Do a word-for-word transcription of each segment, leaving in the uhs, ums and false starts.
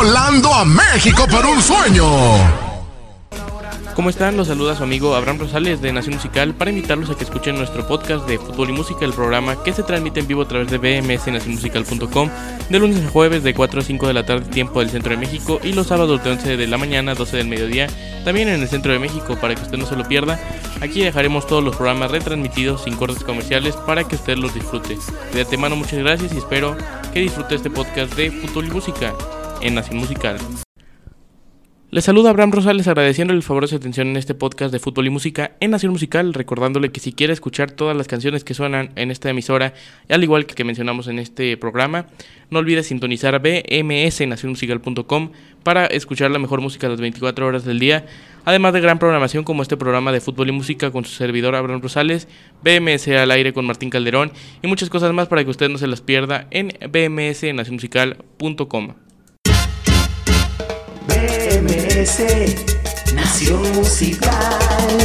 Volando a México por un sueño. ¿Cómo están? Los saluda su amigo Abraham Rosales de Nación Musical para invitarlos a que escuchen nuestro podcast de fútbol y música, el programa que se transmite en vivo a través de b m s nación musical punto com de lunes a jueves de cuatro a cinco de la tarde tiempo del centro de México y los sábados de once de la mañana a doce del mediodía también en el centro de México para que usted no se lo pierda. Aquí dejaremos todos los programas retransmitidos sin cortes comerciales para que usted los disfrute. De antemano muchas gracias y espero que disfrute este podcast de fútbol y música en Nación Musical. Les saluda Abraham Rosales agradeciéndole el favor de su atención en este podcast de fútbol y música en Nación Musical, recordándole que si quiere escuchar todas las canciones que suenan en esta emisora, al igual que que mencionamos en este programa, no olvide sintonizar b m s nación musical punto com para escuchar la mejor música las veinticuatro horas del día, además de gran programación como este programa de fútbol y música con su servidor Abraham Rosales, B M S al aire con Martín Calderón y muchas cosas más para que usted no se las pierda en b m s nación musical punto com. B M S Nación Musical.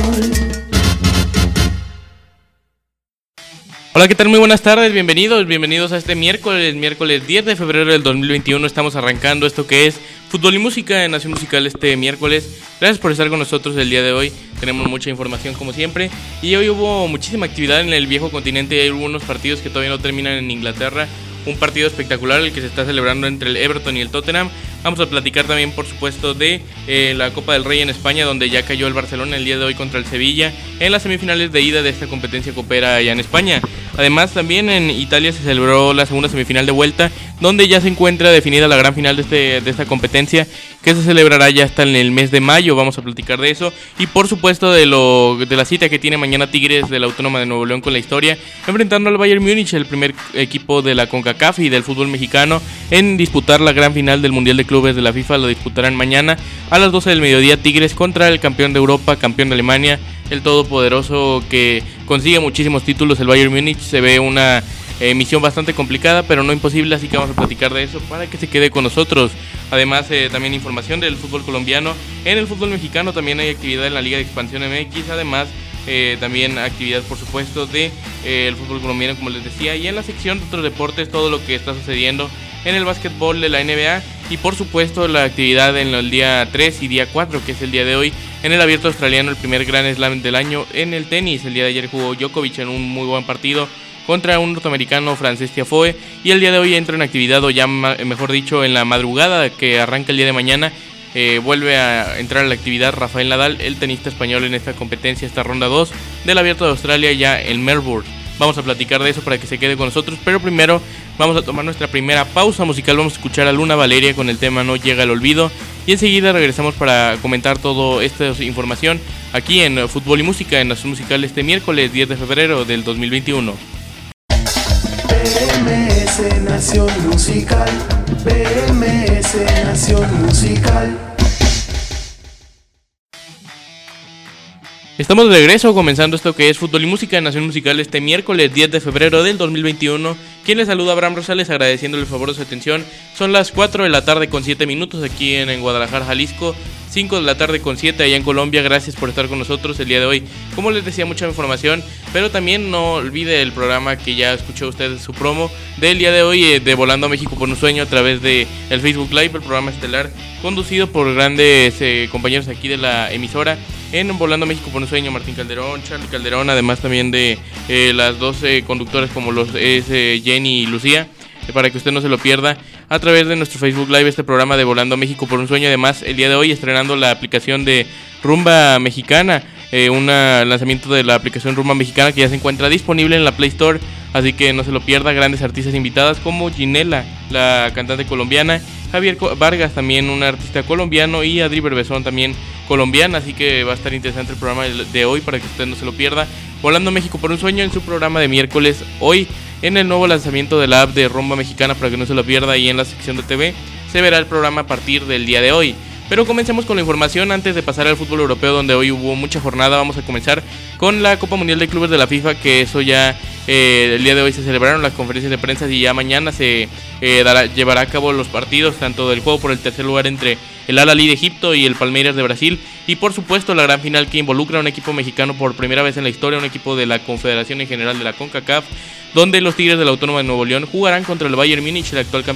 Hola, ¿qué tal? Muy buenas tardes, bienvenidos, bienvenidos a este miércoles, miércoles diez de febrero del dos mil veintiuno. Estamos arrancando esto que es fútbol y música en Nación Musical este miércoles. Gracias por estar con nosotros el día de hoy. Tenemos mucha información como siempre y hoy hubo muchísima actividad en el viejo continente y hay algunos partidos que todavía no terminan en Inglaterra. Un partido espectacular el que se está celebrando entre el Everton y el Tottenham. Vamos a platicar también, por supuesto, de eh, la Copa del Rey en España, donde ya cayó el Barcelona el día de hoy contra el Sevilla en las semifinales de ida de esta competencia copera allá en España. Además, también en Italia se celebró la segunda semifinal de vuelta, donde ya se encuentra definida la gran final de, este, de esta competencia, que se celebrará ya hasta en el mes de mayo. Vamos a platicar de eso y, por supuesto, de, lo, de la cita que tiene mañana Tigres de la Autónoma de Nuevo León con la historia, enfrentando al Bayern Múnich, el primer equipo de la CONCACAF y del fútbol mexicano, en disputar la gran final del Mundial de Clubes de la FIFA. Lo disputarán mañana a las doce del mediodía. Tigres contra el campeón de Europa, campeón de Alemania, el todopoderoso que consigue muchísimos títulos, el Bayern Múnich. Se ve una eh, misión bastante complicada, pero no imposible, así que vamos a platicar de eso para que se quede con nosotros. Además, eh, también información del fútbol colombiano. En el fútbol mexicano también hay actividad en la Liga de Expansión M X, además Eh, también actividad, por supuesto, de eh, el fútbol colombiano, como les decía, y en la sección de otros deportes, todo lo que está sucediendo en el básquetbol de la N B A y, por supuesto, la actividad en el día tres y día cuatro, que es el día de hoy, en el abierto australiano, el primer Grand Slam del año en el tenis. El día de ayer jugó Djokovic en un muy buen partido contra un norteamericano, Frances Tiafoe, y el día de hoy entra en actividad, o ya mejor dicho, en la madrugada que arranca el día de mañana. Eh, vuelve a entrar a la actividad Rafael Nadal, el tenista español, en esta competencia, esta ronda dos del Abierto de Australia ya en Melbourne. Vamos a platicar de eso para que se quede con nosotros, pero primero vamos a tomar nuestra primera pausa musical. Vamos a escuchar a Luna Valeria con el tema No Llega el Olvido y enseguida regresamos para comentar toda esta información aquí en Fútbol y Música en Nación Musical este miércoles diez de febrero del dos mil veintiuno. B M S Nación Musical, B M S Nación Musical. Estamos de regreso comenzando esto que es Fútbol y Música en Nación Musical este miércoles diez de febrero del dos mil veintiuno. Quien les saluda, Abraham Rosales, agradeciéndole el favor de su atención. Son las cuatro de la tarde con siete minutos aquí en, en Guadalajara, Jalisco. cinco de la tarde con siete allá en Colombia. Gracias por estar con nosotros el día de hoy. Como les decía, mucha información, pero también no olvide el programa que ya escuchó usted su promo del día de hoy, eh, de Volando a México por un Sueño, a través de el Facebook Live, el programa estelar conducido por grandes eh, compañeros aquí de la emisora en Volando a México por un Sueño, Martín Calderón, Charlie Calderón, además también de eh, las dos eh, conductoras como los es eh, Jenny y Lucía, eh, para que usted no se lo pierda a través de nuestro Facebook Live, este programa de Volando a México por un Sueño. Además, el día de hoy estrenando la aplicación de Rumba Mexicana, eh, un lanzamiento de la aplicación Rumba Mexicana que ya se encuentra disponible en la Play Store, así que no se lo pierda. Grandes artistas invitadas como Ginela, la cantante colombiana, Javier Vargas, también un artista colombiano, y Adri Berbezón, también colombiana, así que va a estar interesante el programa de hoy para que usted no se lo pierda. Volando México por un Sueño en su programa de miércoles, hoy en el nuevo lanzamiento de la app de Rumba Mexicana para que no se lo pierda, y en la sección de T V se verá el programa a partir del día de hoy. Pero comencemos con la información antes de pasar al fútbol europeo, donde hoy hubo mucha jornada. Vamos a comenzar con la Copa Mundial de Clubes de la FIFA, que eso ya eh, el día de hoy se celebraron las conferencias de prensa y ya mañana se eh, dará, llevará a cabo los partidos, tanto del juego por el tercer lugar entre el Al-Ahly de Egipto y el Palmeiras de Brasil, y por supuesto la gran final que involucra a un equipo mexicano por primera vez en la historia, un equipo de la Confederación en general de la CONCACAF, donde los Tigres de la Autónoma de Nuevo León jugarán contra el Bayern Múnich, el actual campeón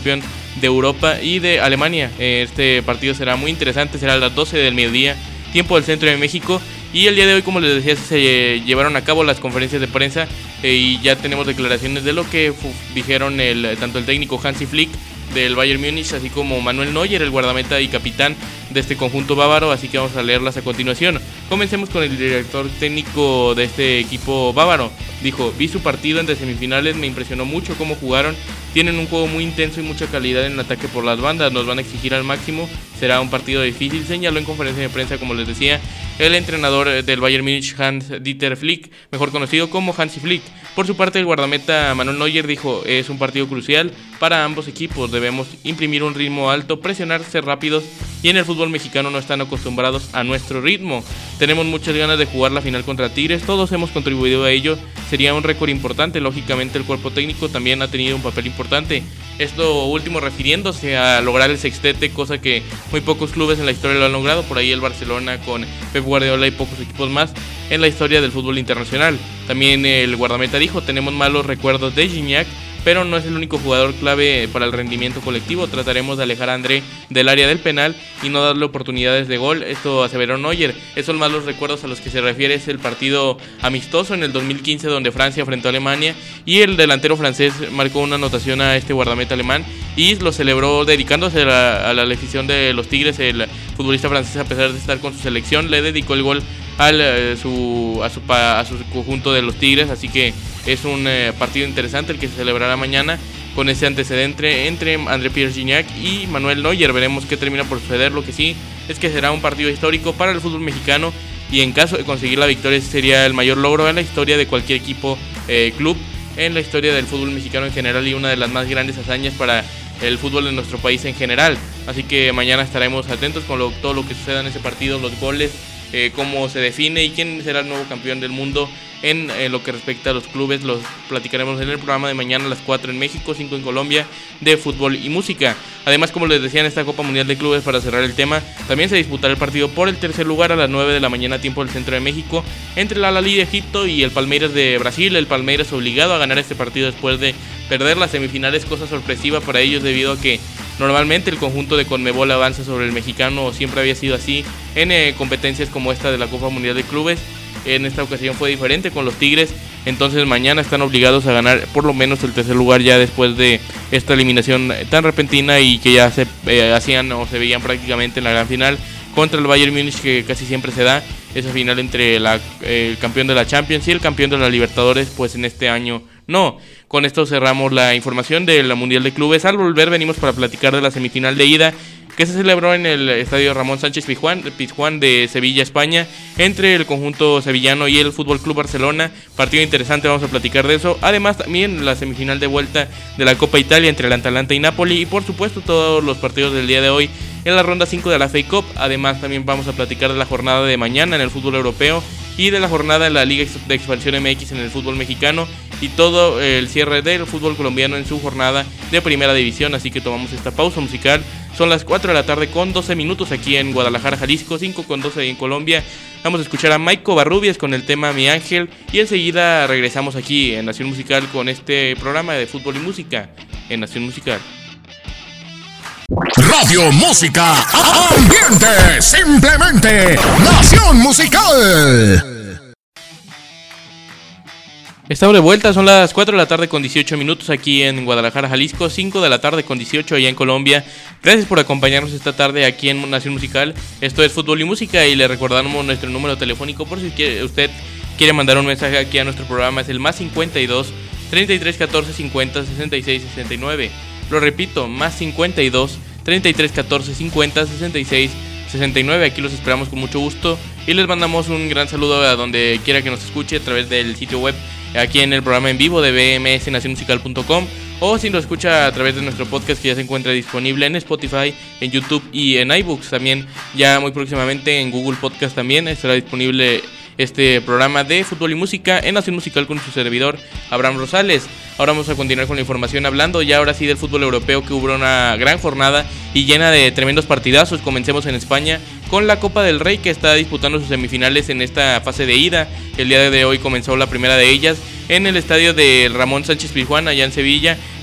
de Europa y de Alemania. Este partido será muy interesante, será a las doce del mediodía, tiempo del centro de México. Y el día de hoy, como les decía, se llevaron a cabo las conferencias de prensa eh, y ya tenemos declaraciones de lo que fu- dijeron el, tanto el técnico Hansi Flick del Bayern Múnich, así como Manuel Neuer, el guardameta y capitán de este conjunto bávaro, así que vamos a leerlas a continuación. Comencemos con el director técnico de este equipo bávaro. Dijo: vi su partido entre semifinales, me impresionó mucho cómo jugaron, tienen un juego muy intenso y mucha calidad en el ataque por las bandas, nos van a exigir al máximo, será un partido difícil, señaló en conferencia de prensa, como les decía, el entrenador del Bayern Múnich, Hans-Dieter Flick, mejor conocido como Hansi Flick. Por su parte, el guardameta Manuel Neuer dijo: es un partido crucial para ambos equipos, debemos imprimir un ritmo alto, presionar, ser rápidos, y en el fútbol mexicano no están acostumbrados a nuestro ritmo. Tenemos muchas ganas de jugar la final contra Tigres, todos hemos contribuido a ello, sería un récord importante, lógicamente el cuerpo técnico también ha tenido un papel importante. Esto último refiriéndose a lograr el sextete, cosa que muy pocos clubes en la historia lo han logrado, por ahí el Barcelona con Pep Guardiola y pocos equipos más en la historia del fútbol internacional. También el guardameta dijo: tenemos malos recuerdos de Gignac, pero no es el único jugador clave para el rendimiento colectivo, trataremos de alejar a André del área del penal y no darle oportunidades de gol, esto aseveró Neuer. Esos malos recuerdos a los que se refiere es el partido amistoso en el dos mil quince donde Francia enfrentó a Alemania y el delantero francés marcó una anotación a este guardameta alemán y lo celebró dedicándose a la, a la afición de los Tigres. El futbolista francés, a pesar de estar con su selección, le dedicó el gol al, eh, su, a, su, a su conjunto de los Tigres, así que es un eh, partido interesante el que se celebrará mañana con ese antecedente entre André-Pierre Gignac y Manuel Neuer. Veremos qué termina por suceder. Lo que sí es que será un partido histórico para el fútbol mexicano y en caso de conseguir la victoria sería el mayor logro en la historia de cualquier equipo, eh, club, en la historia del fútbol mexicano en general y una de las más grandes hazañas para el fútbol de nuestro país en general. Así que mañana estaremos atentos con lo, todo lo que suceda en ese partido, los goles, eh, cómo se define y quién será el nuevo campeón del mundo. En eh, lo que respecta a los clubes, los platicaremos en el programa de mañana a las cuatro en México, cinco en Colombia, de fútbol y música. Además, como les decía, en esta Copa Mundial de Clubes, para cerrar el tema, también se disputará el partido por el tercer lugar a las nueve de la mañana, tiempo del centro de México, entre el Al-Ahly de Egipto y el Palmeiras de Brasil. El Palmeiras obligado a ganar este partido después de perder las semifinales, cosa sorpresiva para ellos debido a que normalmente el conjunto de Conmebol avanza sobre el mexicano, siempre había sido así en eh, competencias como esta de la Copa Mundial de Clubes. En esta ocasión fue diferente con los Tigres, entonces mañana están obligados a ganar por lo menos el tercer lugar ya después de esta eliminación tan repentina y que ya se eh, hacían o se veían prácticamente en la gran final contra el Bayern Múnich, que casi siempre se da esa final entre la, eh, el campeón de la Champions y el campeón de la Libertadores, pues en este año no. Con esto cerramos la información de la Mundial de Clubes. Al volver venimos para platicar de la semifinal de ida que se celebró en el estadio Ramón Sánchez Pizjuán, Pizjuán de Sevilla, España, entre el conjunto sevillano y el F C Barcelona. Partido interesante, vamos a platicar de eso. Además, también la semifinal de vuelta de la Copa Italia entre el Atalanta y Napoli. Y por supuesto, todos los partidos del día de hoy en la ronda cinco de la F A Cup. Además, también vamos a platicar de la jornada de mañana en el fútbol europeo y de la jornada en la Liga de Expansión M X en el fútbol mexicano y todo el cierre del fútbol colombiano en su jornada de primera división. Así que tomamos esta pausa musical. Son las cuatro de la tarde con doce minutos aquí en Guadalajara, Jalisco, cinco con doce en Colombia. Vamos a escuchar a Maico Barrubias con el tema Mi Ángel y enseguida regresamos aquí en Nación Musical con este programa de fútbol y música en Nación Musical. Radio Música Ambiente, simplemente Nación Musical. Estamos de vuelta, son las cuatro de la tarde con dieciocho minutos aquí en Guadalajara, Jalisco, cinco de la tarde con dieciocho allá en Colombia. Gracias por acompañarnos esta tarde aquí en Nación Musical. Esto es Fútbol y Música y le recordamos nuestro número telefónico por si quiere, usted quiere mandar un mensaje aquí a nuestro programa. Es el más cincuenta y dos, treinta y tres, catorce, cincuenta, sesenta y seis, sesenta y nueve. Lo repito, más cincuenta y dos, treinta y tres, catorce, cincuenta, sesenta y seis, sesenta y nueve. Aquí los esperamos con mucho gusto y les mandamos un gran saludo a donde quiera que nos escuche a través del sitio web, aquí en el programa en vivo de b m s nación musical punto com, o si lo escucha a través de nuestro podcast que ya se encuentra disponible en Spotify, en YouTube y en iBooks. También ya muy próximamente en Google Podcast también estará disponible este programa de fútbol y música en Nación Musical con su servidor Abraham Rosales. Ahora vamos a continuar con la información hablando ya ahora sí del fútbol europeo, que hubo una gran jornada y llena de tremendos partidazos. Comencemos en España con la Copa del Rey, que está disputando sus semifinales en esta fase de ida. El día de hoy comenzó la primera de ellas en el estadio de Ramón Sánchez Pizjuán allá en Sevilla,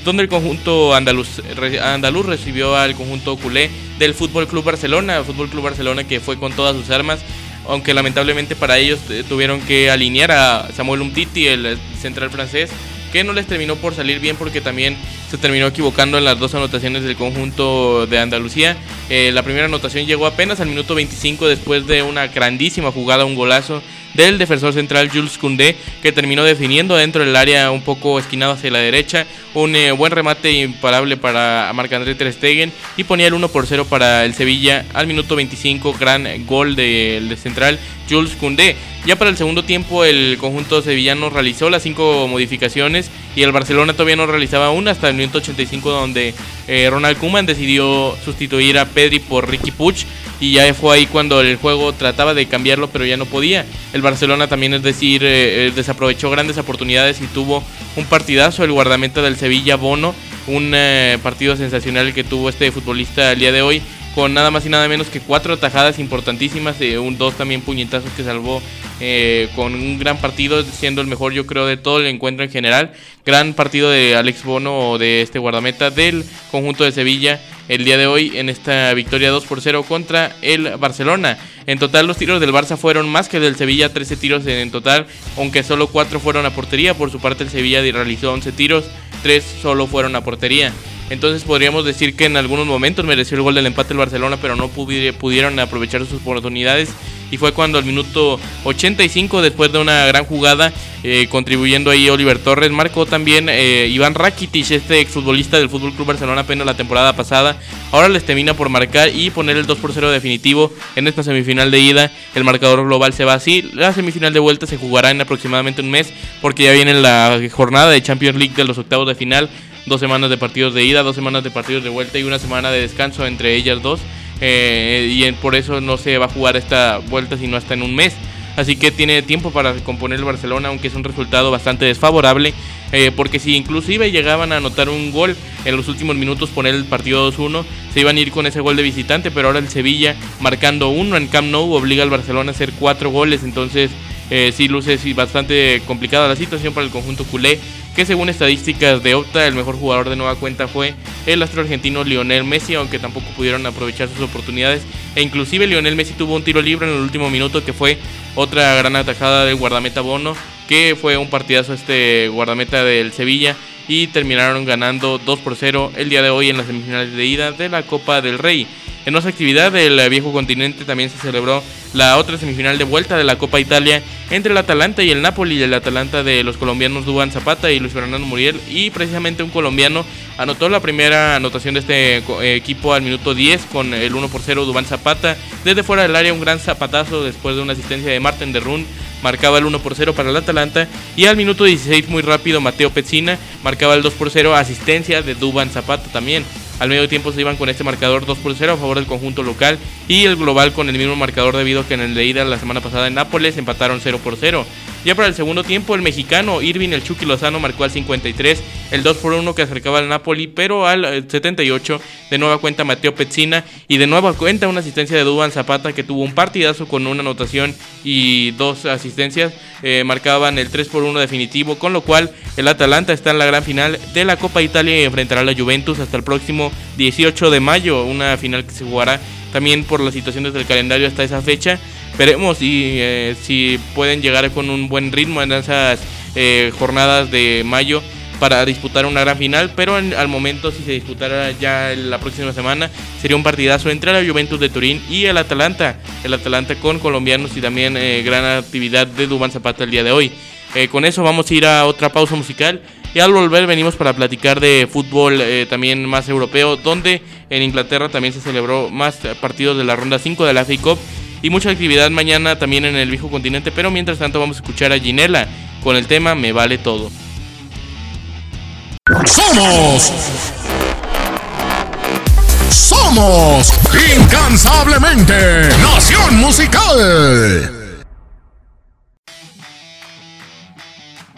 donde el conjunto andaluz, andaluz recibió al conjunto culé del Fútbol Club Barcelona, Fútbol Club Barcelona que fue con todas sus armas, aunque lamentablemente para ellos tuvieron que alinear a Samuel Umtiti, el central francés, que no les terminó por salir bien porque también se terminó equivocando en las dos anotaciones del conjunto de Andalucía. Eh, la primera anotación llegó apenas al minuto veinticinco después de una grandísima jugada, un golazo del defensor central Jules Koundé, que terminó definiendo dentro del área un poco esquinado hacia la derecha, un eh, buen remate imparable para Marc-André ter Stegen y ponía el uno por cero para el Sevilla al minuto veinticinco, gran gol del de central Jules Koundé. Ya para el segundo tiempo el conjunto sevillano realizó las cinco modificaciones y el Barcelona todavía no realizaba una hasta el minuto ochenta y cinco, donde eh, Ronald Koeman decidió sustituir a Pedri por Riqui Puig, y ya fue ahí cuando el juego trataba de cambiarlo pero ya no podía. El Barcelona también, es decir, eh, desaprovechó grandes oportunidades y tuvo un partidazo el guardameta del Sevilla, Bono, un eh, partido sensacional que tuvo este futbolista el día de hoy, con nada más y nada menos que cuatro atajadas importantísimas, eh, un dos también puñetazos que salvó, eh, con un gran partido, siendo el mejor yo creo de todo el encuentro en general. Gran partido de Alex Bono, de este guardameta del conjunto de Sevilla el día de hoy en esta victoria dos por cero contra el Barcelona. En total los tiros del Barça fueron más que del Sevilla, trece tiros en total, aunque solo cuatro fueron a portería. Por su parte el Sevilla realizó once tiros, tres solo fueron a portería. Entonces podríamos decir que en algunos momentos mereció el gol del empate el Barcelona, pero no pudieron aprovechar sus oportunidades. Y fue cuando al minuto ochenta y cinco, después de una gran jugada, eh, contribuyendo ahí Oliver Torres, marcó también eh, Iván Rakitic, este exfutbolista del F C Barcelona apenas la temporada pasada. Ahora les termina por marcar y poner el dos por cero definitivo en esta semifinal de ida. El marcador global se va así. La semifinal de vuelta se jugará en aproximadamente un mes, porque ya viene la jornada de Champions League de los octavos de final. Dos semanas de partidos de ida, dos semanas de partidos de vuelta y una semana de descanso entre ellas dos. Eh, y por eso no se va a jugar esta vuelta sino hasta en un mes. Así que tiene tiempo para componer el Barcelona, aunque es un resultado bastante desfavorable, eh, porque si inclusive llegaban a anotar un gol en los últimos minutos, poner el partido dos uno, se iban a ir con ese gol de visitante. Pero ahora el Sevilla, marcando uno en Camp Nou, obliga al Barcelona a hacer cuatro goles. Entonces eh, sí luce sí, bastante complicada la situación para el conjunto culé, que según estadísticas de Opta, el mejor jugador de nueva cuenta fue el astro argentino Lionel Messi, aunque tampoco pudieron aprovechar sus oportunidades. E inclusive Lionel Messi tuvo un tiro libre en el último minuto, que fue otra gran atajada del guardameta Bono, que fue un partidazo este guardameta del Sevilla, y terminaron ganando dos por cero el día de hoy en las semifinales de ida de la Copa del Rey. En otra actividad del viejo continente también se celebró la otra semifinal de vuelta de la Copa Italia entre el Atalanta y el Napoli. El Atalanta de los colombianos Duván Zapata y Luis Fernando Muriel, y precisamente un colombiano anotó la primera anotación de este equipo al minuto diez con el uno por cero. Duván Zapata desde fuera del área, un gran zapatazo después de una asistencia de Marten de Roon, marcaba el uno por cero para el Atalanta. Y al minuto dieciséis, muy rápido, Mateo Pezzina marcaba el dos por cero, asistencia de Duván Zapata también. Al medio tiempo se iban con este marcador dos por cero a favor del conjunto local, y el global con el mismo marcador, debido a que en el de ida la semana pasada en Nápoles empataron cero por cero. Ya para el segundo tiempo el mexicano Irving el Chucky Lozano marcó al cincuenta y tres el dos por uno que acercaba al Napoli, pero al setenta y ocho de nueva cuenta Mateo Pezzina, y de nueva cuenta una asistencia de Duván Zapata, que tuvo un partidazo con una anotación y dos asistencias, eh, marcaban el tres por uno definitivo, con lo cual el Atalanta está en la gran final de la Copa Italia y enfrentará a la Juventus hasta el próximo dieciocho de mayo, una final que se jugará también por las situaciones del calendario hasta esa fecha. Veremos si, eh, si pueden llegar con un buen ritmo en esas eh, jornadas de mayo para disputar una gran final, pero en, al momento, si se disputara ya la próxima semana, sería un partidazo entre la Juventus de Turín y el Atalanta, el Atalanta con colombianos, y también eh, gran actividad de Duván Zapata el día de hoy. Eh, con eso vamos a ir a otra pausa musical, y al volver venimos para platicar de fútbol eh, también más europeo, donde en Inglaterra también se celebró más partidos de la ronda cinco de la F A Cup, y mucha actividad mañana también en el viejo continente. Pero mientras tanto vamos a escuchar a Ginela con el tema Me Vale Todo. Somos Somos Incansablemente Nación Musical.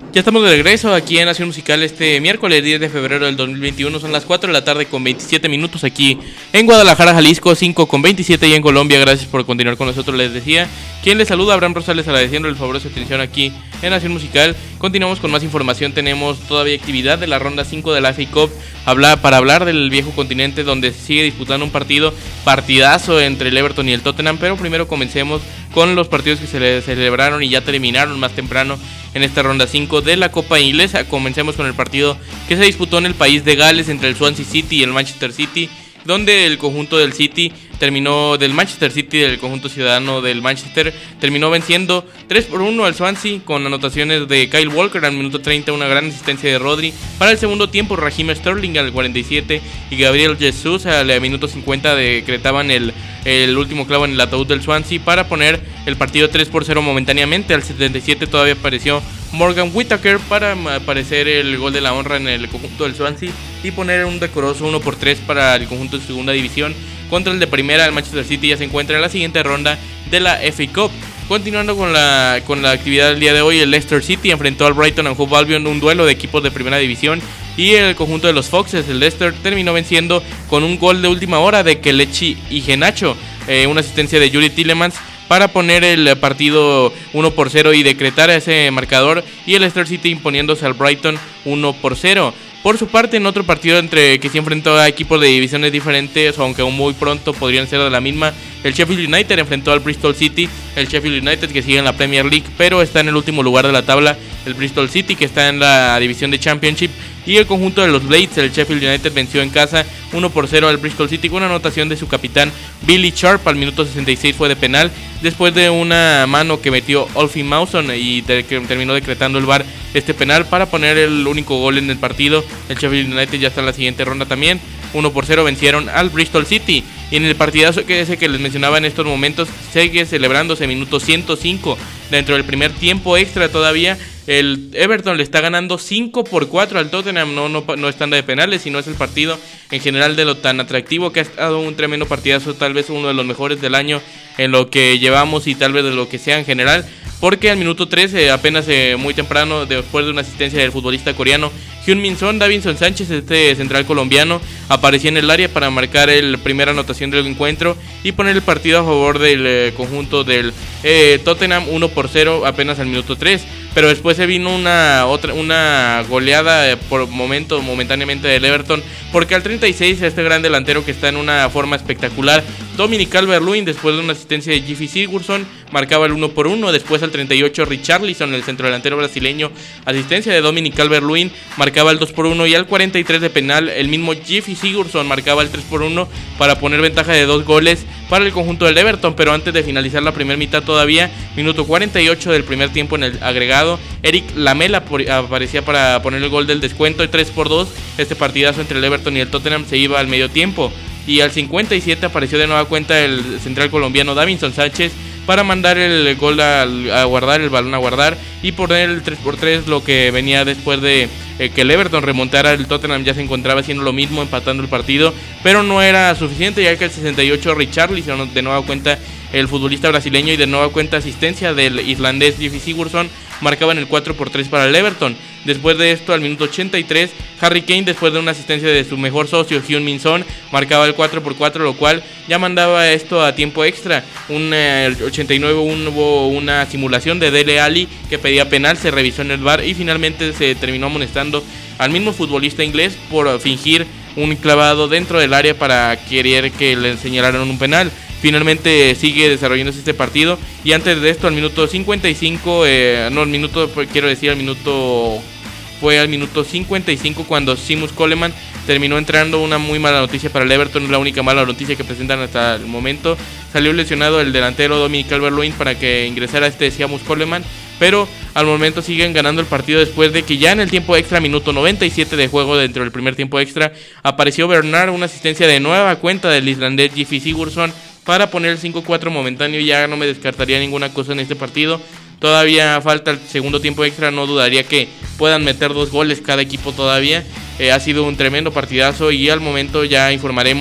Ya estamos de regreso aquí en Nación Musical este miércoles diez de febrero del dos mil veintiuno. Son las cuatro de la tarde con veintisiete minutos aquí en Guadalajara, Jalisco, cinco con veintisiete y en Colombia. Gracias por continuar con nosotros, les decía. Quien les saluda, Abraham Rosales, agradeciendo el favor de su atención aquí en Nación Musical. Continuamos con más información. Tenemos todavía actividad de la ronda cinco de la F A Cup habla, para hablar del viejo continente, donde se sigue disputando un partido partidazo entre el Everton y el Tottenham. Pero primero comencemos con los partidos que se le celebraron y ya terminaron más temprano en esta ronda cinco de la Copa Inglesa. Comencemos con el partido que se disputó en el país de Gales entre el Swansea City y el Manchester City, donde el conjunto del City terminó, del Manchester City, del conjunto ciudadano del Manchester, terminó venciendo tres por uno al Swansea con anotaciones de Kyle Walker al minuto treinta, una gran asistencia de Rodri. Para el segundo tiempo, Raheem Sterling al cuarenta y siete y Gabriel Jesus al minuto cincuenta decretaban el, el último clavo en el ataúd del Swansea para poner el partido tres por cero momentáneamente. Al setenta y siete todavía apareció Morgan Whittaker para aparecer el gol de la honra en el conjunto del Swansea y poner un decoroso uno por tres para el conjunto de segunda división. Contra el de primera, el Manchester City ya se encuentra en la siguiente ronda de la F A Cup. Continuando con la, con la actividad del día de hoy, el Leicester City enfrentó al Brighton and Hove Albion, un duelo de equipos de primera división, y el conjunto de los Foxes, el Leicester, terminó venciendo con un gol de última hora de Kelechi Iheanacho, eh, una asistencia de Yuri Tillemans para poner el partido uno por cero y decretar ese marcador, y el Leicester City imponiéndose al Brighton uno por cero. Por su parte, en otro partido entre que se enfrentó a equipos de divisiones diferentes, aunque aún muy pronto podrían ser de la misma, el Sheffield United enfrentó al Bristol City, el Sheffield United que sigue en la Premier League, pero está en el último lugar de la tabla, el Bristol City que está en la división de Championship, y el conjunto de los Blades, el Sheffield United, venció en casa uno por cero al Bristol City con una anotación de su capitán Billy Sharp al minuto sesenta y seis, fue de penal, después de una mano que metió Olfie Mawson y de, que terminó decretando el V A R este penal para poner el único gol en el partido. El Sheffield United ya está en la siguiente ronda también, uno por cero vencieron al Bristol City. Y en el partidazo que ese que les mencionaba en estos momentos, sigue celebrándose minuto ciento cinco dentro del primer tiempo extra todavía. El Everton le está ganando cinco por cuatro al Tottenham, no, no, no es tanda de penales, sino es el partido en general de lo tan atractivo que ha estado un tremendo partidazo, tal vez uno de los mejores del año en lo que llevamos y tal vez de lo que sea en general. Porque al minuto trece, apenas eh, muy temprano, después de una asistencia del futbolista coreano Heung-min Son, Davinson Sánchez, este central colombiano, aparecía en el área para marcar el primera anotación del encuentro y poner el partido a favor del eh, conjunto del eh, Tottenham uno por cero apenas al minuto tres. Pero después se vino una otra una goleada eh, por momento, momentáneamente del Everton, porque al treinta y seis este gran delantero que está en una forma espectacular, Dominic Calvert-Lewin, después de una asistencia de Gylfi Sigurdsson, marcaba el uno por uno. Después al treinta y ocho Richarlison, el centrodelantero brasileño, asistencia de Dominic Calvert-Lewin, marcaba el dos por uno, y al cuarenta y tres de penal el mismo Gylfi Sigurdsson marcaba el tres por uno para poner ventaja de dos goles para el conjunto del Everton. Pero antes de finalizar la primera mitad todavía, minuto cuarenta y ocho del primer tiempo en el agregado, Eric Lamela aparecía para poner el gol del descuento y tres por dos. Este partidazo entre el Everton y el Tottenham se iba al medio tiempo, y al cincuenta y siete apareció de nueva cuenta el central colombiano Davinson Sánchez para mandar el gol a, a guardar, el balón a guardar, y poner el tres por tres, lo que venía después de eh, que el Everton remontara. El Tottenham ya se encontraba haciendo lo mismo, empatando el partido, pero no era suficiente, ya que el sesenta y ocho Richarlison, de nueva cuenta el futbolista brasileño, y de nueva cuenta asistencia del islandés Gylfi Sigurdsson, marcaban el cuatro por tres para el Everton. Después de esto, al minuto ochenta y tres, Harry Kane, después de una asistencia de su mejor socio Heung-min Son, marcaba el cuatro por cuatro, lo cual ya mandaba esto a tiempo extra. Un eh, ochenta y nueve hubo una simulación de Dele Alli que pedía penal, se revisó en el V A R y finalmente se terminó amonestando al mismo futbolista inglés por fingir un clavado dentro del área para querer que le señalaran un penal. Finalmente sigue desarrollándose este partido, y antes de esto, al minuto cincuenta y cinco, eh, no, al minuto, quiero decir, al minuto, fue al minuto cincuenta y cinco cuando Seamus Coleman terminó entrando. Una muy mala noticia para el Everton, es la única mala noticia que presentan hasta el momento. Salió lesionado el delantero Dominic Calvert-Lewin para que ingresara este Seamus Coleman, pero al momento siguen ganando el partido después de que ya en el tiempo extra, minuto noventa y siete de juego dentro del primer tiempo extra, apareció Bernard, una asistencia de nueva cuenta del islandés Gylfi Sigurdsson para poner el cinco cuatro momentáneo. Ya no me descartaría ninguna cosa en este partido. Todavía falta el segundo tiempo extra, no dudaría que puedan meter dos goles cada equipo todavía. Eh, ha sido un tremendo partidazo, y al momento ya informaremos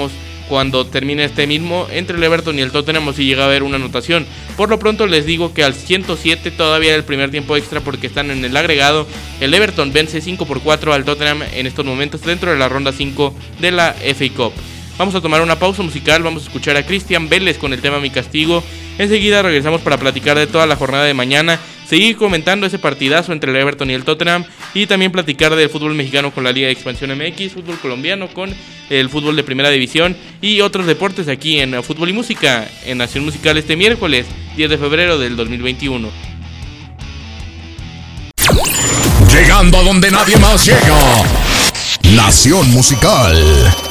cuando termine este mismo entre el Everton y el Tottenham o si llega a haber una anotación. Por lo pronto les digo que al ciento siete todavía el primer tiempo extra porque están en el agregado. El Everton vence cinco por cuatro al Tottenham en estos momentos dentro de la ronda cinco de la F A Cup. Vamos a tomar una pausa musical, vamos a escuchar a Cristian Vélez con el tema Mi Castigo. Enseguida regresamos para platicar de toda la jornada de mañana, seguir comentando ese partidazo entre el Everton y el Tottenham y también platicar del fútbol mexicano con la Liga de Expansión M X, fútbol colombiano con el fútbol de Primera División y otros deportes aquí en Fútbol y Música en Nación Musical este miércoles diez de febrero del dos mil veintiuno. Llegando a donde nadie más llega. Nación Musical.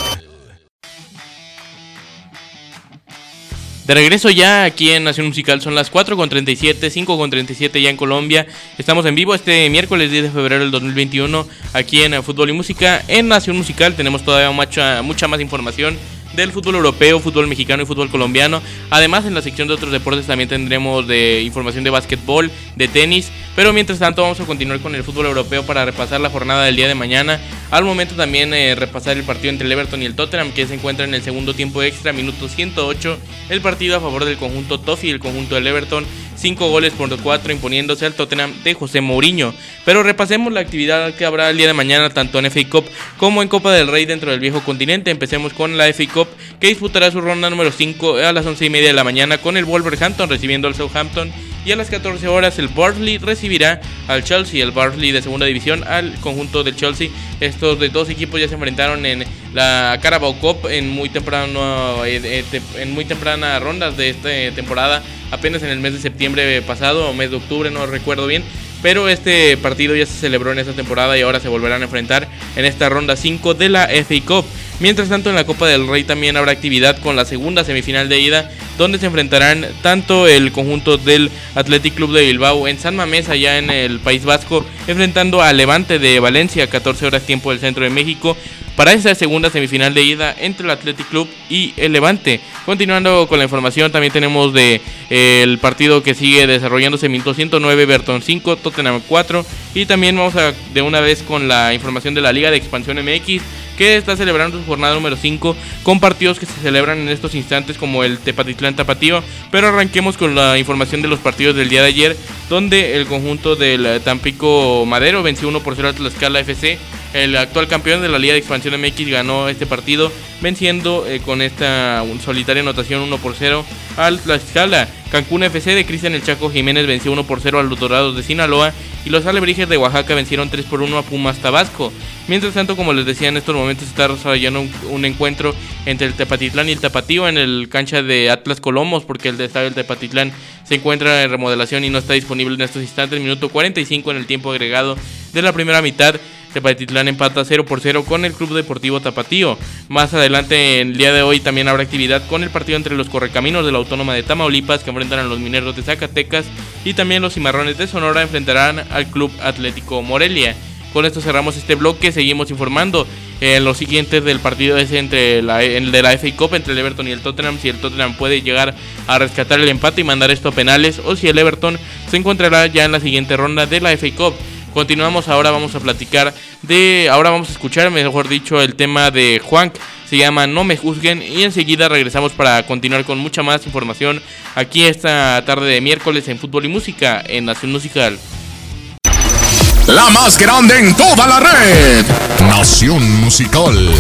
De regreso ya aquí en Nación Musical, son las cuatro con treinta y siete, cinco con treinta y siete ya en Colombia. Estamos en vivo este miércoles diez de febrero del dos mil veintiuno aquí en Fútbol y Música. En Nación Musical tenemos todavía mucha, mucha más información del fútbol europeo, fútbol mexicano y fútbol colombiano. Además, en la sección de otros deportes también tendremos de información de básquetbol, de tenis. Pero mientras tanto vamos a continuar con el fútbol europeo para repasar la jornada del día de mañana. Al momento también eh, repasar el partido entre el Everton y el Tottenham, que se encuentra en el segundo tiempo extra, minuto ciento ocho. El partido a favor del conjunto Toffee y el conjunto del Everton, cinco goles por cuatro imponiéndose al Tottenham de José Mourinho. Pero repasemos la actividad que habrá el día de mañana tanto en F A Cup como en Copa del Rey dentro del viejo continente. Empecemos con la F A Cup, que disputará su ronda número cinco a las once y media de la mañana con el Wolverhampton recibiendo al Southampton, y a las catorce horas el Burnley recibirá al Chelsea, el Burnley de segunda división al conjunto del Chelsea. Estos de dos equipos ya se enfrentaron en la Carabao Cup en muy temprano en muy tempranas rondas de esta temporada, apenas en el mes de septiembre pasado o mes de octubre, no recuerdo bien. Pero este partido ya se celebró en esta temporada y ahora se volverán a enfrentar en esta ronda cinco de la F A Cup. Mientras tanto, en la Copa del Rey también habrá actividad con la segunda semifinal de ida, donde se enfrentarán tanto el conjunto del Athletic Club de Bilbao en San Mamés, allá en el País Vasco, enfrentando a Levante de Valencia, catorce horas tiempo del centro de México, para esa segunda semifinal de ida entre el Athletic Club y el Levante. Continuando con la información, también tenemos de eh, el partido que sigue desarrollándose, minuto ciento nueve, Everton cinco, Tottenham cuatro, y también vamos a de una vez con la información de la Liga de Expansión M X, que está celebrando su jornada número cinco con partidos que se celebran en estos instantes como el Tepatitlán Tapatío. Pero arranquemos con la información de los partidos del día de ayer, donde el conjunto del Tampico Madero venció uno por cero a Tlaxcala F C. El actual campeón de la Liga de Expansión M X ganó este partido venciendo eh, con esta solitaria anotación uno por cero al Tlaxcala. Cancún F C de Cristian El Chaco Jiménez venció uno por cero a los Dorados de Sinaloa, y los Alebrijes de Oaxaca vencieron tres por uno a Pumas Tabasco. Mientras tanto, como les decía, en estos momentos se está desarrollando un, un encuentro entre el Tepatitlán y el Tapatío en el cancha de Atlas Colomos, porque el estadio del Tepatitlán se encuentra en remodelación y no está disponible en estos instantes. Minuto cuarenta y cinco en el tiempo agregado de la primera mitad. Tepatitlán empata cero por cero con el Club Deportivo Tapatío. Más adelante, el día de hoy, también habrá actividad con el partido entre los Correcaminos de la Autónoma de Tamaulipas, que enfrentan a los Mineros de Zacatecas, y también los Cimarrones de Sonora enfrentarán al Club Atlético Morelia. Con esto cerramos este bloque, seguimos informando. Eh, lo siguiente del partido es entre la, el de la F A Cup entre el Everton y el Tottenham, si el Tottenham puede llegar a rescatar el empate y mandar esto a penales, o si el Everton se encontrará ya en la siguiente ronda de la F A Cup. Continuamos, ahora vamos a platicar de, ahora vamos a escuchar, mejor dicho, el tema de Juan, se llama No Me Juzguen, y enseguida regresamos para continuar con mucha más información aquí esta tarde de miércoles en Fútbol y Música en Nación Musical. La más grande en toda la red. Nación Musical.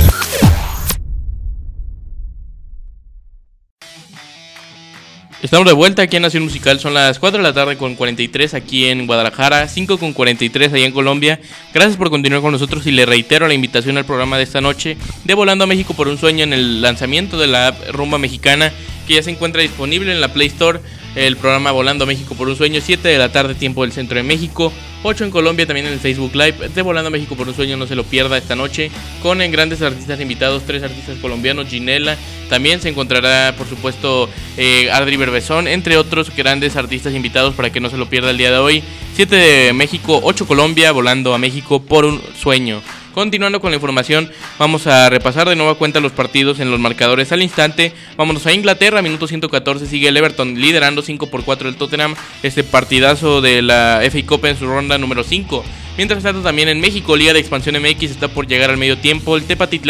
Estamos de vuelta aquí en Nación Musical, son las cuatro de la tarde con cuarenta y tres aquí en Guadalajara, cinco con cuarenta y tres allá en Colombia. Gracias por continuar con nosotros y le reitero la invitación al programa de esta noche de Volando a México por un Sueño, en el lanzamiento de la app Rumba Mexicana, que ya se encuentra disponible en la Play Store. El programa Volando a México por un Sueño, siete de la tarde tiempo del centro de México, ocho en Colombia, también en el Facebook Live de Volando a México por un Sueño, no se lo pierda esta noche, con en grandes artistas invitados, tres artistas colombianos, Ginela, también se encontrará por supuesto eh, Adri Berbezón, entre otros grandes artistas invitados para que no se lo pierda el día de hoy. siete de México, ocho Colombia, Volando a México por un Sueño. Continuando con la información, vamos a repasar de nueva cuenta los partidos en los marcadores al instante. Vámonos a Inglaterra, minuto ciento catorce, sigue el Everton liderando cinco por cuatro el Tottenham, este partidazo de la F A Cup en su ronda número cinco. Mientras tanto, también en México, Liga de Expansión M X está por llegar al medio tiempo. El Tepatitlán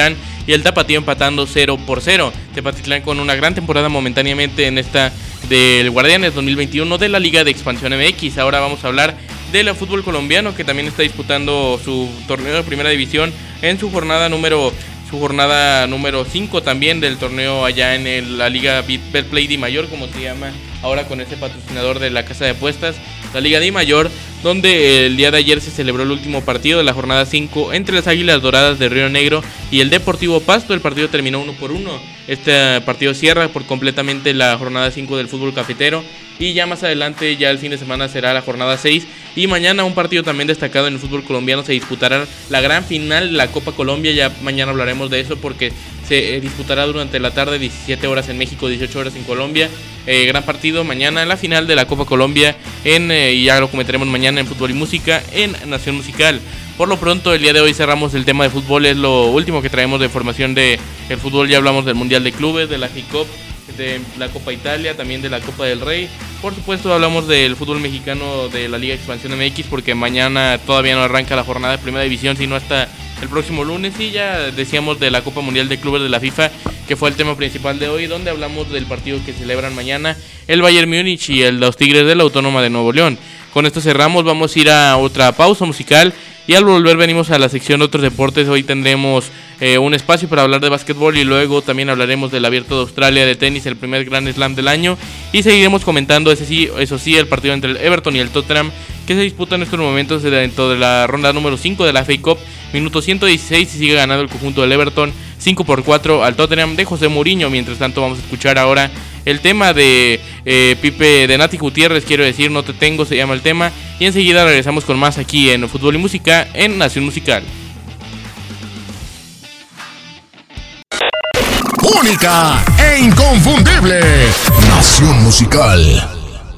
y el Tapatío empatando cero por cero. Tepatitlán con una gran temporada momentáneamente en esta del Guardianes dos mil veintiuno de la Liga de Expansión M X. Ahora vamos a hablar del fútbol colombiano, que también está disputando su torneo de primera división en su jornada número su jornada número cinco también del torneo allá en el, la Liga Betplay Di Mayor, como se llama ahora con ese patrocinador de la casa de apuestas, la Liga Di Mayor, donde el día de ayer se celebró el último partido de la jornada cinco entre las Águilas Doradas de Río Negro y el Deportivo Pasto. El partido terminó uno por uno. Este partido cierra por completamente la jornada cinco del fútbol cafetero, y ya más adelante, ya el fin de semana, será la jornada seis, y mañana un partido también destacado en el fútbol colombiano. Se disputará la gran final de la Copa Colombia. Ya mañana hablaremos de eso porque se eh, disputará durante la tarde, diecisiete horas en México, dieciocho horas en Colombia. Eh, gran partido mañana en la final de la Copa Colombia, en, eh, y ya lo comentaremos mañana en Fútbol y Música en Nación Musical. Por lo pronto, el día de hoy cerramos el tema de fútbol, es lo último que traemos de formación de el fútbol. Ya hablamos del Mundial de Clubes, de la G I C O P, de la Copa Italia, también de la Copa del Rey. Por supuesto, hablamos del fútbol mexicano, de la Liga de Expansión M X, porque mañana todavía no arranca la jornada de primera división, sino hasta el próximo lunes. Y ya decíamos de la Copa Mundial de Clubes de la FIFA, que fue el tema principal de hoy, donde hablamos del partido que celebran mañana el Bayern Múnich y el, los Tigres de la Autónoma de Nuevo León. Con esto cerramos, vamos a ir a otra pausa musical, y al volver venimos a la sección de otros deportes. Hoy tendremos eh, un espacio para hablar de básquetbol, y luego también hablaremos del Abierto de Australia de tenis, el primer Grand Slam del año, y seguiremos comentando ese sí, eso sí, el partido entre el Everton y el Tottenham, que se disputa en estos momentos dentro de la ronda número cinco de la F A Cup. Minuto ciento dieciséis y sigue ganando el conjunto del Everton cinco por cuatro al Tottenham de José Mourinho. Mientras tanto, vamos a escuchar ahora el tema de eh, Pipe de Nati Gutiérrez, quiero decir, No Te Tengo, se llama el tema, y enseguida regresamos con más aquí en Fútbol y Música en Nación Musical. Única e inconfundible, Nación Musical.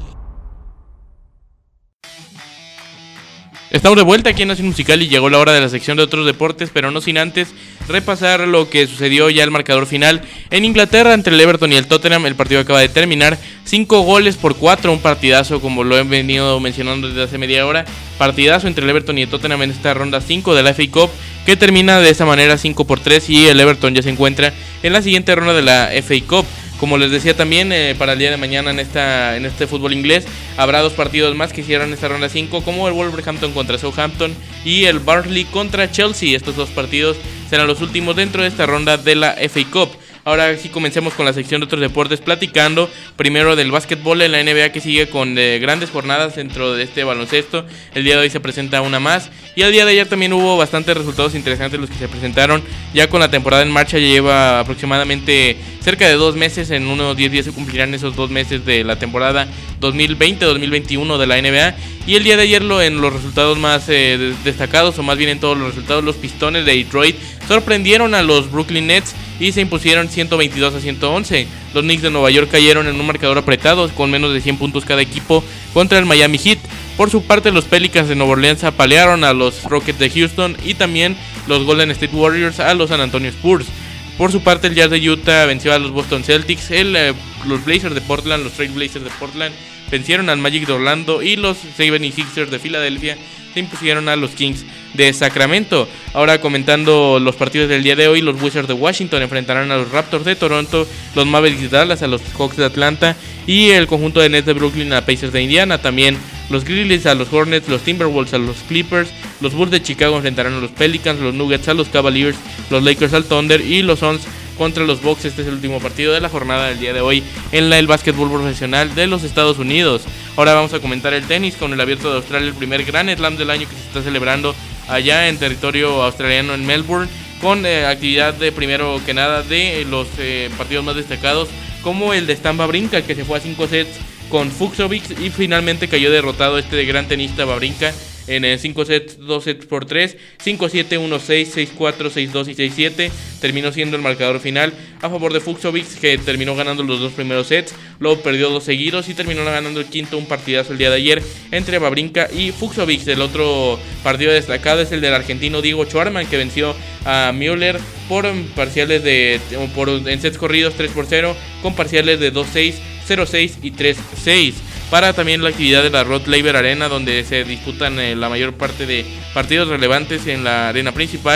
Estamos de vuelta aquí en Nación Musical y llegó la hora de la sección de otros deportes, pero no sin antes repasar lo que sucedió ya el marcador final en Inglaterra entre el Everton y el Tottenham. El partido acaba de terminar cinco goles por cuatro, un partidazo como lo he venido mencionando desde hace media hora. Partidazo entre el Everton y el Tottenham en esta ronda cinco de la F A Cup, que termina de esa manera cinco por tres, y el Everton ya se encuentra en la siguiente ronda de la F A Cup. Como les decía también, eh, para el día de mañana en esta en este fútbol inglés habrá dos partidos más que cierran esta ronda cinco, como el Wolverhampton contra Southampton y el Burnley contra Chelsea. Estos dos partidos serán los últimos dentro de esta ronda de la F A Cup. Ahora sí, comencemos con la sección de otros deportes, platicando primero del básquetbol en la N B A, que sigue con eh, grandes jornadas dentro de este baloncesto. El día de hoy se presenta una más, y el día de ayer también hubo bastantes resultados interesantes los que se presentaron. Ya con la temporada en marcha, ya lleva aproximadamente cerca de dos meses, en unos diez días se cumplirán esos dos meses de la temporada dos mil veinte dos mil veintiuno de la N B A. Y el día de ayer, lo, en los resultados más eh, destacados, o más bien en todos los resultados, los Pistones de Detroit sorprendieron a los Brooklyn Nets y se impusieron ciento veintidós a ciento once. Los Knicks de Nueva York cayeron en un marcador apretado con menos de cien puntos cada equipo contra el Miami Heat. Por su parte, los Pelicans de Nueva Orleans apalearon a los Rockets de Houston, y también los Golden State Warriors a los San Antonio Spurs. Por su parte, el Jazz de Utah venció a los Boston Celtics, el, eh, los Blazers de Portland, los Trail Blazers de Portland vencieron al Magic de Orlando, y los seventy-sixers de Filadelfia se impusieron a los Kings de Sacramento. Ahora comentando los partidos del día de hoy, los Wizards de Washington enfrentarán a los Raptors de Toronto, los Mavericks de Dallas a los Hawks de Atlanta, y el conjunto de Nets de Brooklyn a Pacers de Indiana. También los Grizzlies a los Hornets, los Timberwolves a los Clippers, los Bulls de Chicago enfrentarán a los Pelicans, los Nuggets a los Cavaliers, los Lakers al Thunder y los Suns contra los Bucks. Este es el último partido de la jornada del día de hoy en la, el básquetbol profesional de los Estados Unidos. Ahora vamos a comentar el tenis con el Abierto de Australia, el primer Grand Slam del año que se está celebrando allá en territorio australiano en Melbourne, con eh, actividad de primero que nada de los eh, partidos más destacados, como el de Stan Wawrinka, que se fue a cinco sets con Fucsovics y finalmente cayó derrotado este de gran tenista Wawrinka en cinco sets, dos sets por tres, cinco siete, uno seis, seis cuatro, seis dos y seis siete. Terminó siendo el marcador final a favor de Fucsovics, que terminó ganando los dos primeros sets, luego perdió dos seguidos y terminó ganando el quinto, un partidazo el día de ayer entre Wawrinka y Fucsovics. El otro partido destacado es el del argentino Diego Schwartzman, que venció a Müller por parciales de por, en sets corridos tres por cero, con parciales de dos seis, cero seis y tres seis. Para también la actividad de la Rod Laver Arena, donde se disputan eh, la mayor parte de partidos relevantes en la arena principal.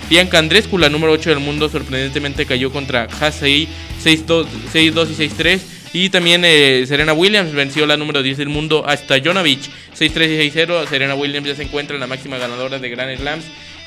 Bianca Andreescu, la número ocho del mundo, sorprendentemente cayó contra Haasei seis dos y seis tres. Y también eh, Serena Williams venció la número diez del mundo a Stojanovic seis tres y seis cero. Serena Williams ya se encuentra en la máxima ganadora de Grand Slams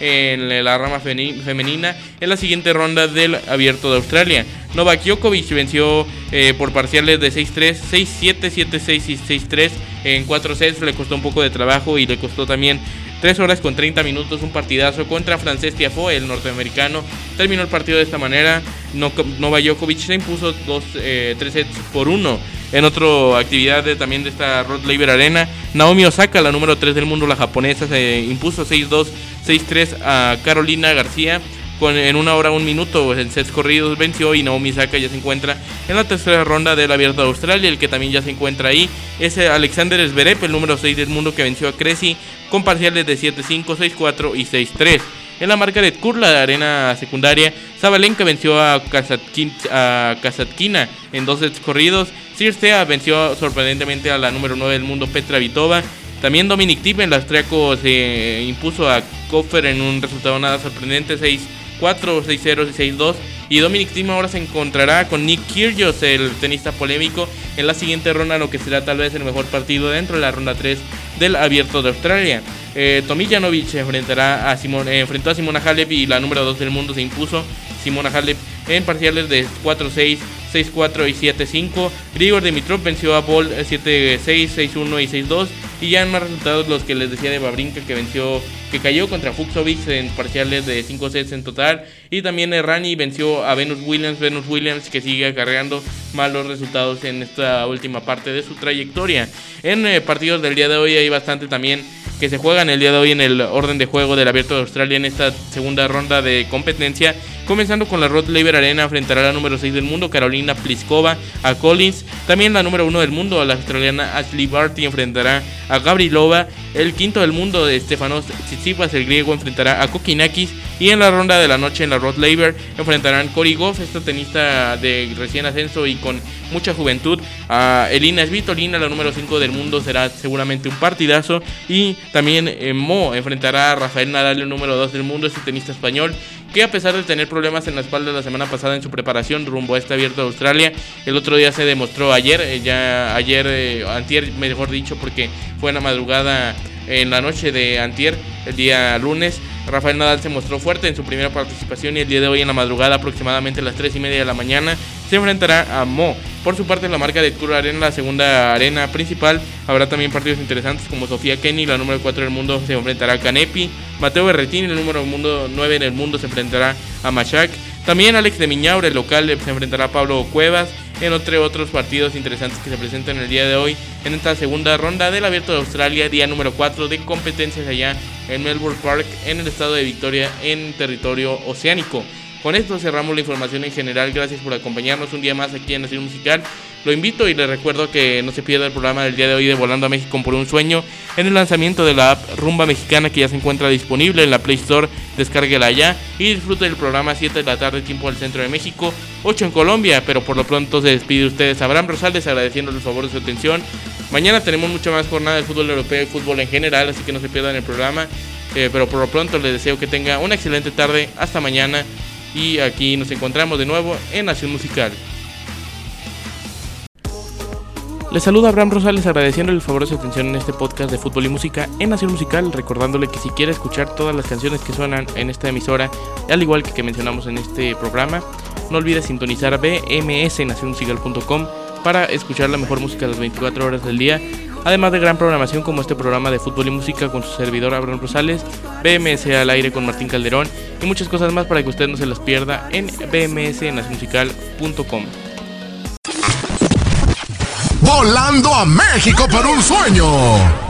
en la rama femenina en la siguiente ronda del Abierto de Australia. Novak Djokovic venció eh, por parciales de seis tres, seis siete, siete seis y seis tres en cuatro sets. Le costó un poco de trabajo y le costó también tres horas con treinta minutos, un partidazo contra Frances Tiafoe, el norteamericano. Terminó el partido de esta manera. Novak Djokovic se impuso dos, eh, tres sets por uno. En otra actividad de, también de esta Rod Laver Arena, Naomi Osaka, la número tres del mundo, la japonesa, se impuso seis dos, seis tres a Carolina García. Con, en una hora, un minuto, en sets corridos venció, y Naomi Osaka ya se encuentra en la tercera ronda del Abierto de Australia. El que también ya se encuentra ahí es Alexander Zverev, el número seis del mundo, que venció a Cressy con parciales de siete cinco, seis cuatro y seis tres. En la Margaret Court, la arena secundaria, Sabalenka venció a, Kasatkin, a Kasatkina en dos sets corridos. Cirstea venció sorprendentemente a la número nueve del mundo, Petra Vitova. También Dominic Thiem, el austriaco, se impuso a Koffer en un resultado nada sorprendente, seis cuatro, seis cero y seis dos. Y Dominic Thiem ahora se encontrará con Nick Kyrgios, el tenista polémico, en la siguiente ronda, lo que será tal vez el mejor partido dentro de la ronda tres del Abierto de Australia. Eh, Tomljanovic enfrentará a Simon, eh, enfrentó a Simona Halep, y la número dos del mundo se impuso Simona Halep en parciales de cuatro seis, seis cuatro y siete cinco. Grigor Dimitrov venció a Bol siete seis, seis uno y seis dos. Y ya en más resultados los que les decía de Wawrinka, que venció, que cayó contra Fucsovics en parciales de cinco sets en total. Y también Errani venció a Venus Williams, Venus Williams que sigue acarreando malos resultados en esta última parte de su trayectoria. En eh, partidos del día de hoy hay bastante también que se juegan el día de hoy en el orden de juego del Abierto de Australia en esta segunda ronda de competencia. Comenzando con la Rod Laver Arena, enfrentará a la número seis del mundo, Carolina Pliskova, a Collins. También la número uno del mundo, la australiana Ashley Barty, enfrentará a Gavrilova. El quinto del mundo, de Stefanos Tsitsipas, el griego, enfrentará a Kokinakis. Y en la ronda de la noche en la Rod Laver enfrentarán Cory Goff, esta tenista de recién ascenso y con mucha juventud, a Elina Svitolina, la número cinco del mundo. Será seguramente un partidazo. Y también eh, Mo enfrentará a Rafael Nadal, el número dos del mundo, este tenista español, que a pesar de tener problemas en la espalda la semana pasada en su preparación rumbo a este Abierto de Australia, el otro día se demostró ayer, eh, ya ayer, eh, antier, mejor dicho, porque fue en la madrugada, en la noche de antier, el día lunes, Rafael Nadal se mostró fuerte en su primera participación, y el día de hoy en la madrugada, aproximadamente a las tres y media de la mañana, se enfrentará a Mo. Por su parte, en la Margaret Court Arena, la segunda arena principal, habrá también partidos interesantes como Sofía Kenny, la número cuatro del mundo, se enfrentará a Canepi. Matteo Berrettini, el número nueve del mundo, se enfrentará a Machak. También Alex de Miñaure, el local, se enfrentará a Pablo Cuevas, entre otros partidos interesantes que se presentan el día de hoy en esta segunda ronda del Abierto de Australia, día número cuatro de competencias allá en Melbourne Park, en el estado de Victoria, en territorio oceánico. Con esto cerramos la información en general. Gracias por acompañarnos un día más aquí en Nación Musical. Lo invito y les recuerdo que no se pierda el programa del día de hoy de Volando a México por un Sueño, en el lanzamiento de la app Rumba Mexicana, que ya se encuentra disponible en la Play Store. Descárguela ya y disfrute del programa a siete de la tarde, tiempo del centro de México, ocho en Colombia. Pero por lo pronto se despide de ustedes Abraham Rosales, agradeciéndoles el favor de su atención. Mañana tenemos mucha más jornada de fútbol europeo y fútbol en general, así que no se pierdan el programa. Eh, pero por lo pronto les deseo que tenga una excelente tarde. Hasta mañana. Y aquí nos encontramos de nuevo en Nación Musical. Les saluda Abraham Rosales, agradeciéndole el favor de su atención en este podcast de fútbol y música en Nación Musical, recordándole que si quiere escuchar todas las canciones que suenan en esta emisora, al igual que que mencionamos en este programa, no olvide sintonizar b m s nación musical punto com para escuchar la mejor música las veinticuatro horas del día, además de gran programación como este programa de fútbol y música con su servidor Abraham Rosales, B M S al aire con Martín Calderón y muchas cosas más para que usted no se las pierda en b m s nación musical punto com. Volando a México por un Sueño.